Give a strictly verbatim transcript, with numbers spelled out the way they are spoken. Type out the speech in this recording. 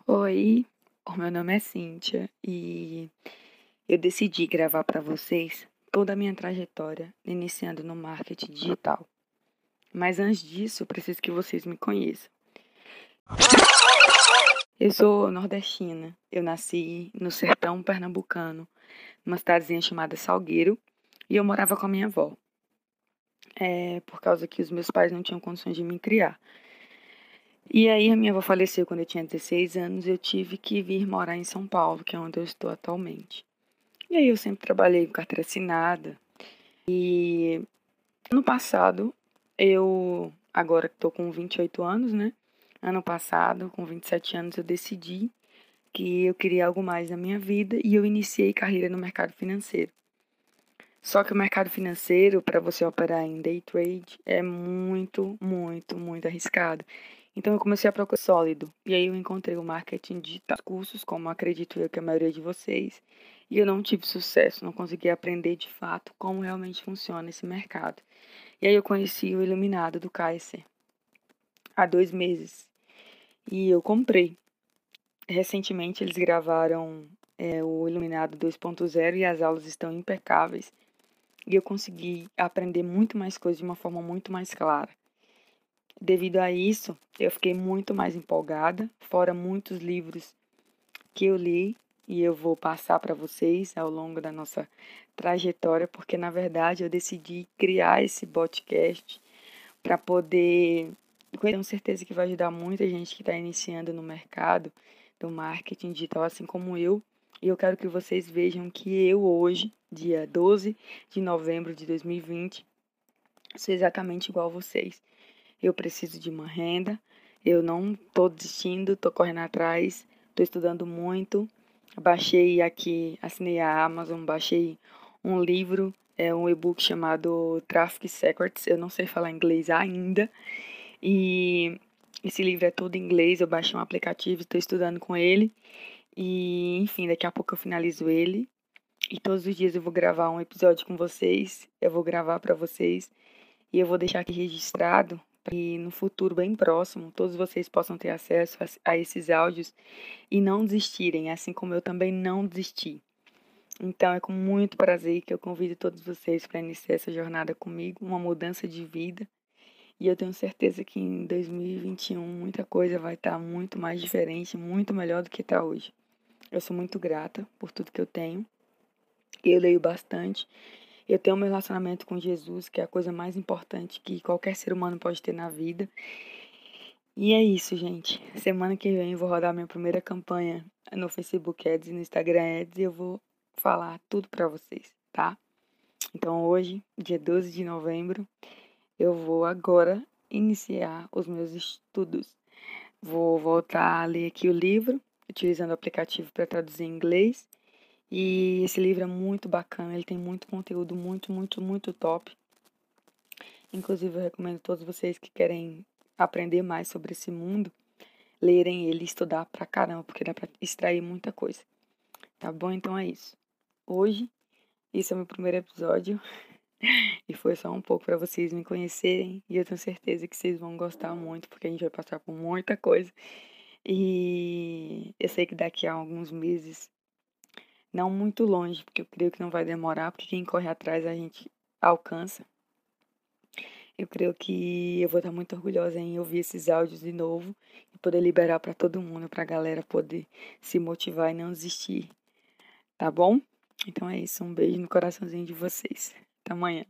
Oi, o meu nome é Cíntia e eu decidi gravar para vocês toda a minha trajetória iniciando no marketing digital. Mas antes disso, eu preciso que vocês me conheçam. Eu sou nordestina, eu nasci no sertão pernambucano, numa cidadezinha chamada Salgueiro, e eu morava com a minha avó, é, por causa que os meus pais não tinham condições de me criar. E aí a minha avó faleceu quando eu tinha dezesseis anos e eu tive que vir morar em São Paulo, que é onde eu estou atualmente. E aí eu sempre trabalhei com carteira assinada. E ano passado, eu, agora que estou com vinte e oito anos, né? Ano passado, com vinte e sete anos, eu decidi que eu queria algo mais na minha vida e eu iniciei carreira no mercado financeiro. Só que o mercado financeiro, para você operar em day trade, é muito, muito, muito arriscado. Então eu comecei a procurar sólido. E aí eu encontrei o marketing digital, cursos, como acredito eu que a maioria de vocês. E eu não tive sucesso, não consegui aprender de fato como realmente funciona esse mercado. E aí eu conheci o Iluminado do Kaiser há dois meses. E eu comprei. Recentemente eles gravaram é, o Iluminado dois ponto zero e as aulas estão impecáveis. E eu consegui aprender muito mais coisas de uma forma muito mais clara. Devido a isso, eu fiquei muito mais empolgada, fora muitos livros que eu li e eu vou passar para vocês ao longo da nossa trajetória, porque na verdade eu decidi criar esse podcast para poder, eu tenho certeza que vai ajudar muita gente que está iniciando no mercado do marketing digital, assim como eu. E eu quero que vocês vejam que eu hoje, dia doze de novembro de dois mil e vinte, sou exatamente igual a vocês. Eu preciso de uma renda, eu não estou desistindo, estou correndo atrás, estou estudando muito. Baixei aqui, assinei a Amazon, baixei um livro, é um e-book chamado Traffic Secrets, eu não sei falar inglês ainda, e esse livro é todo em inglês, eu baixei um aplicativo, estou estudando com ele, e enfim, daqui a pouco eu finalizo ele, e todos os dias eu vou gravar um episódio com vocês, eu vou gravar para vocês, e eu vou deixar aqui registrado, para que no futuro bem próximo, todos vocês possam ter acesso a, a esses áudios e não desistirem, assim como eu também não desisti. Então é com muito prazer que eu convido todos vocês para iniciar essa jornada comigo, uma mudança de vida. E eu tenho certeza que em dois mil e vinte e um muita coisa vai estar muito mais diferente, muito melhor do que está hoje. Eu sou muito grata por tudo que eu tenho. Eu leio bastante. Eu tenho meu relacionamento com Jesus, que é a coisa mais importante que qualquer ser humano pode ter na vida. E é isso, gente. Semana que vem eu vou rodar minha primeira campanha no Facebook Ads e no Instagram Ads e eu vou falar tudo pra vocês, tá? Então hoje, dia doze de novembro, eu vou agora iniciar os meus estudos. Vou voltar a ler aqui o livro, utilizando o aplicativo para traduzir em inglês. E esse livro é muito bacana, ele tem muito conteúdo, muito, muito, muito top. Inclusive eu recomendo a todos vocês que querem aprender mais sobre esse mundo, lerem ele e estudar pra caramba, porque dá pra extrair muita coisa. Tá bom? Então é isso. Hoje, esse é o meu primeiro episódio e foi só um pouco para vocês me conhecerem e eu tenho certeza que vocês vão gostar muito, porque a gente vai passar por muita coisa. E eu sei que daqui a alguns meses, não muito longe, porque eu creio que não vai demorar, porque quem corre atrás a gente alcança. Eu creio que eu vou estar muito orgulhosa em ouvir esses áudios de novo e poder liberar para todo mundo, para a galera poder se motivar e não desistir, tá bom? Então é isso, um beijo no coraçãozinho de vocês. Até amanhã.